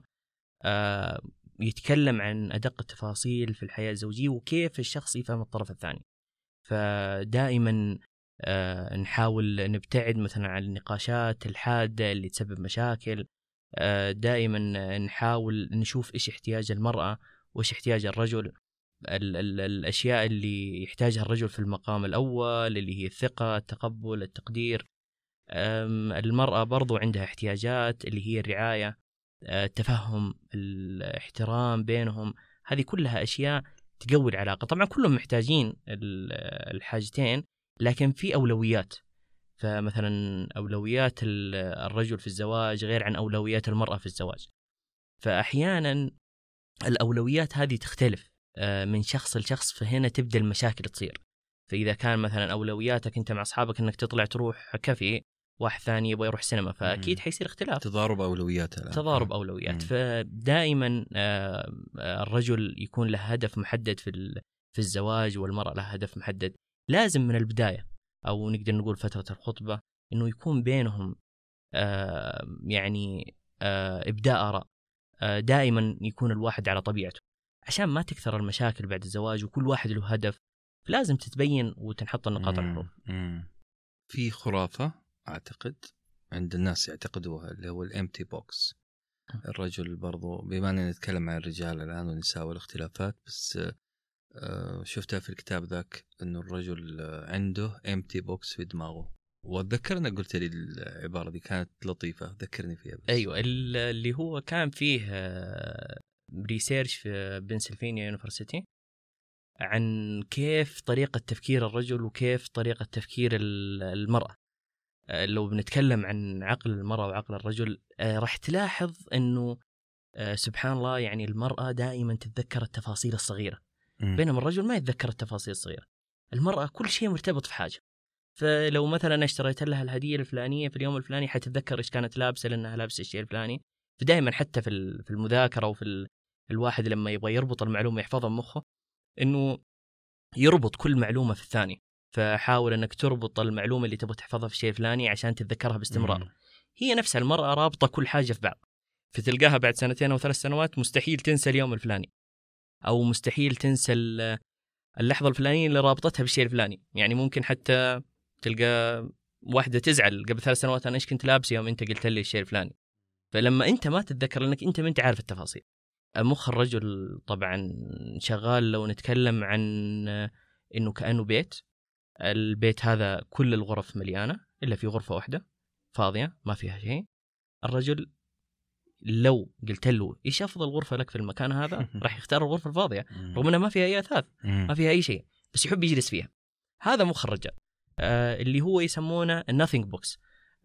يتكلم عن أدق التفاصيل في الحياة الزوجية وكيف الشخص يفهم الطرف الثاني. فدائما نحاول نبتعد مثلا عن النقاشات الحادة اللي تسبب مشاكل. دائما نحاول نشوف إيش احتياج المرأة وإيش احتياج الرجل. الأشياء اللي يحتاجها الرجل في المقام الأول اللي هي الثقة، التقبل، التقدير. المرأة برضو عندها احتياجات اللي هي الرعاية، التفهم، الاحترام بينهم. هذه كلها أشياء تقوي العلاقة. طبعا كلهم محتاجين الحاجتين، لكن في أولويات. فمثلا أولويات الرجل في الزواج غير عن أولويات المرأة في الزواج. فأحيانا الأولويات هذه تختلف من شخص لشخص، فهنا تبدأ المشاكل تصير. فإذا كان مثلا أولوياتك أنت مع أصحابك أنك تطلع تروح كافي، واحد ثاني يبغى يروح سينما، فأكيد حيصير اختلاف، تضارب أولويات. فدائما الرجل يكون له هدف محدد في الزواج، والمرأة له هدف محدد. لازم من البداية أو نقدر نقول فترة الخطبة إنه يكون بينهم يعني إبداء آراء. دائما يكون الواحد على طبيعته عشان ما تكثر المشاكل بعد الزواج، وكل واحد له هدف. لازم تتبين وتنحط النقاط الحروف. في خرافة أعتقد عند الناس يعتقدوها اللي هو الامتي بوكس. الرجل برضو، بما أننا نتكلم عن الرجال الآن والنساء والاختلافات، بس شفتها في الكتاب ذاك أنه الرجل عنده امتي بوكس في دماغه. وذكرنا قلت لي العبارة دي كانت لطيفة، ذكرني فيها بس. أيوة، اللي هو كان فيه ريسيرش في بنسلفانيا يونيفرسيتي عن كيف طريقة تفكير الرجل وكيف طريقة تفكير المرأة. لو بنتكلم عن عقل المرأة وعقل الرجل، راح تلاحظ أنه سبحان الله، يعني المرأة دائما تتذكر التفاصيل الصغيرة، بينما الرجل ما يتذكر التفاصيل الصغيرة. المرأة كل شيء مرتبط في حاجة. فلو مثلا اشتريت لها الهدية الفلانية في اليوم الفلاني حتتذكر إيش كانت لابسة لأنها لابسة الشيء الفلاني. فدائما حتى في المذاكرة وفي الواحد لما يبغى يربط المعلومة يحفظها بمخه، إنه يربط كل معلومة في الثاني. فحاول أنك تربط المعلومة اللي تبغى تحفظها في الشيء الفلاني عشان تتذكرها باستمرار. هي نفسها المرأة رابطة كل حاجة في بعض، فتلقاها بعد 2 أو 3 سنوات مستحيل تنسى اليوم الفلاني، أو مستحيل تنسى اللحظة الفلانية اللي رابطتها بالشيء الفلاني. يعني ممكن حتى تلقى واحدة تزعل قبل 3 سنوات أنا إيش كنت لابس يوم أنت قلت لي الشيء الفلاني، فلما أنت ما تتذكر لأنك أنت ما أنت عارف التفاصيل. مخ الرجل طبعا شغال، لو نتكلم عن إنه كأنه بيت، البيت هذا كل الغرف مليانة إلا في غرفة واحدة فاضية ما فيها شيء. الرجل لو قلت له إيش أفضل غرفة لك في المكان هذا راح يختار الغرفة الفاضية رغم أنها ما فيها أي أثاث ما فيها أي شيء، بس يحب يجلس فيها. هذا مخ الرجال اللي هو يسمونه nothing box.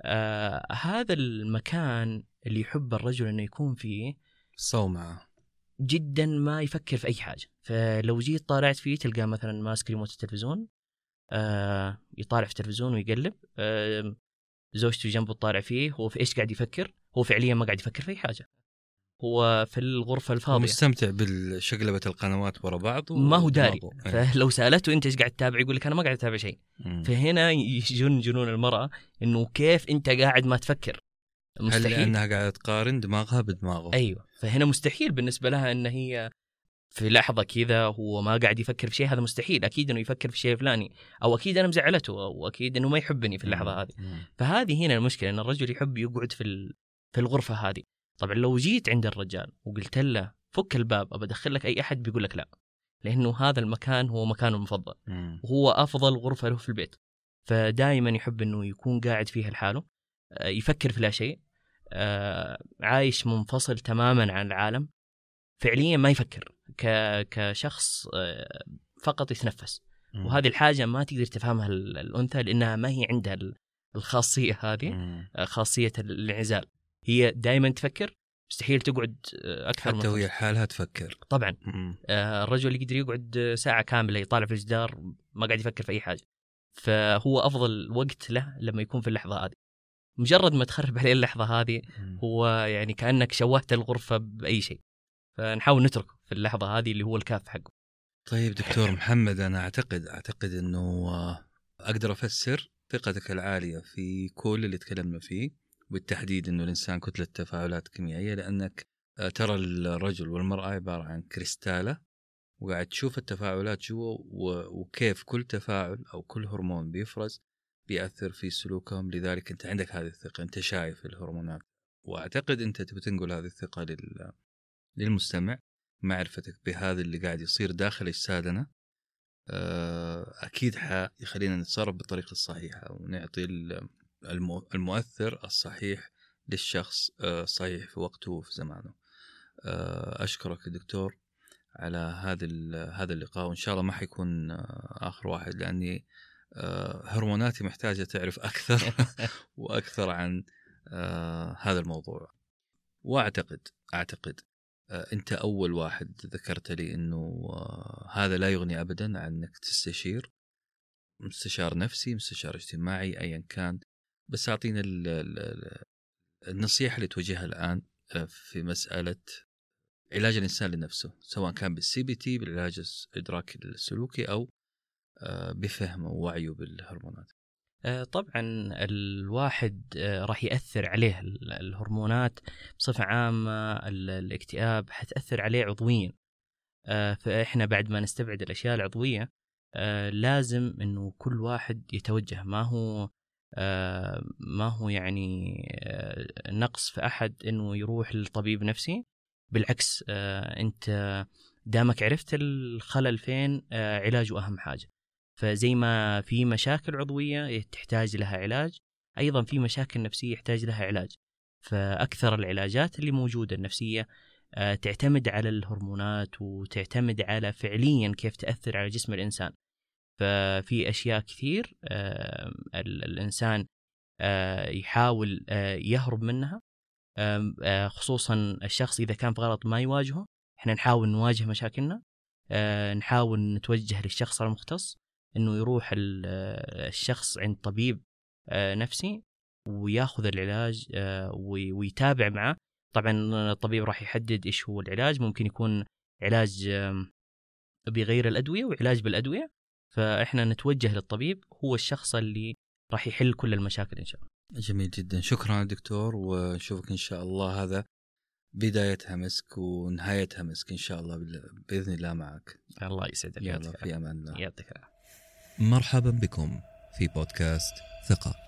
هذا المكان اللي يحب الرجل أنه يكون فيه صومعة جدا، ما يفكر في أي حاجة. فلو جيت طالعت فيه تلقاه مثلا ماسك ريموت التلفزيون، يطالع في التلفزيون ويقلب، زوجته جنبه تطالع فيه، هو في إيش قاعد يفكر؟ هو فعليا ما قاعد يفكر في أي حاجة، هو في الغرفة الفاضية مستمتع بالشقلبة القنوات ورا بعض ما هو داري. فلو سألته أنت إيش قاعد تتابع يقول لك أنا ما قاعد أتابع شيء. فهنا يجون جنون المرأة إنه كيف أنت قاعد ما تفكر، مستحيل. هل لأنها قاعدة تقارن دماغها بدماغه؟ أيوة، فهنا مستحيل بالنسبة لها إن هي في لحظة كذا هو ما قاعد يفكر في شيء، هذا مستحيل. أكيد إنه يفكر في شيء فلاني، أو أكيد أنا مزعلته، أو أكيد إنه ما يحبني في اللحظة هذه. فهذه هنا المشكلة، إن الرجل يحب يقعد في الغرفة هذه. طبعا لو جيت عند الرجال وقلت له فك الباب أبى أدخل لك أي أحد، بيقول لك لا، لأنه هذا المكان هو مكانه المفضل وهو أفضل غرفة له في البيت. فدائما يحب إنه يكون قاعد فيها لحاله، يفكر في لا شيء، عايش منفصل تماما عن العالم، فعليا ما يفكر، كشخص فقط يتنفس. وهذه الحاجة ما تقدر تفهمها الأنثى، لأنها ما هي عندها الخاصية هذه، خاصية الانعزال. هي دائما تفكر، مستحيل تقعد أكثر حتى وهي حالها تفكر. طبعا الرجل يقدر يقعد ساعة كاملة يطالع في الجدار ما قاعد يفكر في أي حاجة. فهو أفضل وقت له لما يكون في اللحظة هذه. مجرد ما تخرب عليه اللحظة هذه هو يعني كأنك شوهت الغرفة بأي شيء، فنحاول نتركه في اللحظة هذه اللي هو الكاف حقه. طيب دكتور محمد، أنا أعتقد أنه أقدر أفسر ثقتك العالية في كل اللي تكلمنا فيه، بالتحديد أنه الإنسان كتلة تفاعلات كيميائية، لأنك ترى الرجل والمرأة عبارة عن كريستالة وقاعد تشوف التفاعلات جوا، وكيف كل تفاعل أو كل هرمون بيفرز بيأثر في سلوكهم. لذلك أنت عندك هذه الثقة، أنت شايف الهرمونات، وأعتقد أنت تبي تنقل هذه الثقة للمستمع. معرفتك بهذا اللي قاعد يصير داخل أجسادنا أكيد يخلينا نتصرف بالطريقة الصحيحة ونعطي المؤثر الصحيح للشخص الصحيح في وقته وفي زمانه. أشكرك دكتور على هذا اللقاء، وإن شاء الله ما حيكون آخر واحد، لأني هرموناتي محتاجة تعرف أكثر وأكثر عن هذا الموضوع. وأعتقد أنت أول واحد ذكرت لي أنه هذا لا يغني أبدا عن أنك تستشير مستشار نفسي، مستشار اجتماعي، أيا كان. بس أعطينا النصيحة اللي توجهها الآن في مسألة علاج الإنسان لنفسه، سواء كان بالCBT بالعلاج الإدراكي السلوكي أو بفهمه ووعيه بالهرمونات. طبعا الواحد راح يأثر عليه الهرمونات بصفة عامة. الاكتئاب حتأثر عليه عضويا، فإحنا بعد ما نستبعد الأشياء العضوية لازم إنه كل واحد يتوجه. ما هو يعني نقص في أحد إنه يروح للطبيب نفسي، بالعكس أنت دامك عرفت الخلل فين علاجه أهم حاجة. فزي ما في مشاكل عضوية تحتاج لها علاج، أيضا في مشاكل نفسية يحتاج لها علاج. فأكثر العلاجات اللي موجودة النفسية تعتمد على الهرمونات وتعتمد على فعليا كيف تأثر على جسم الإنسان. ففي أشياء كثير الإنسان يحاول يهرب منها، خصوصا الشخص إذا كان في غلط ما يواجهه. إحنا نحاول نواجه مشاكلنا، نحاول نتوجه للشخص المختص، إنه يروح الشخص عند طبيب نفسي وياخذ العلاج ويتابع معه. طبعا الطبيب راح يحدد إيش هو العلاج، ممكن يكون علاج بغير الأدوية وعلاج بالأدوية. فإحنا نتوجه للطبيب، هو الشخص اللي راح يحل كل المشاكل إن شاء الله. جميل جدا، شكرا دكتور، ونشوفك إن شاء الله. هذا بدايتها مسك ونهايتها مسك إن شاء الله بإذن الله معك. الله يسعدك. يلا في أمان الله. يعطيك العافية. مرحبا بكم في بودكاست ثقة.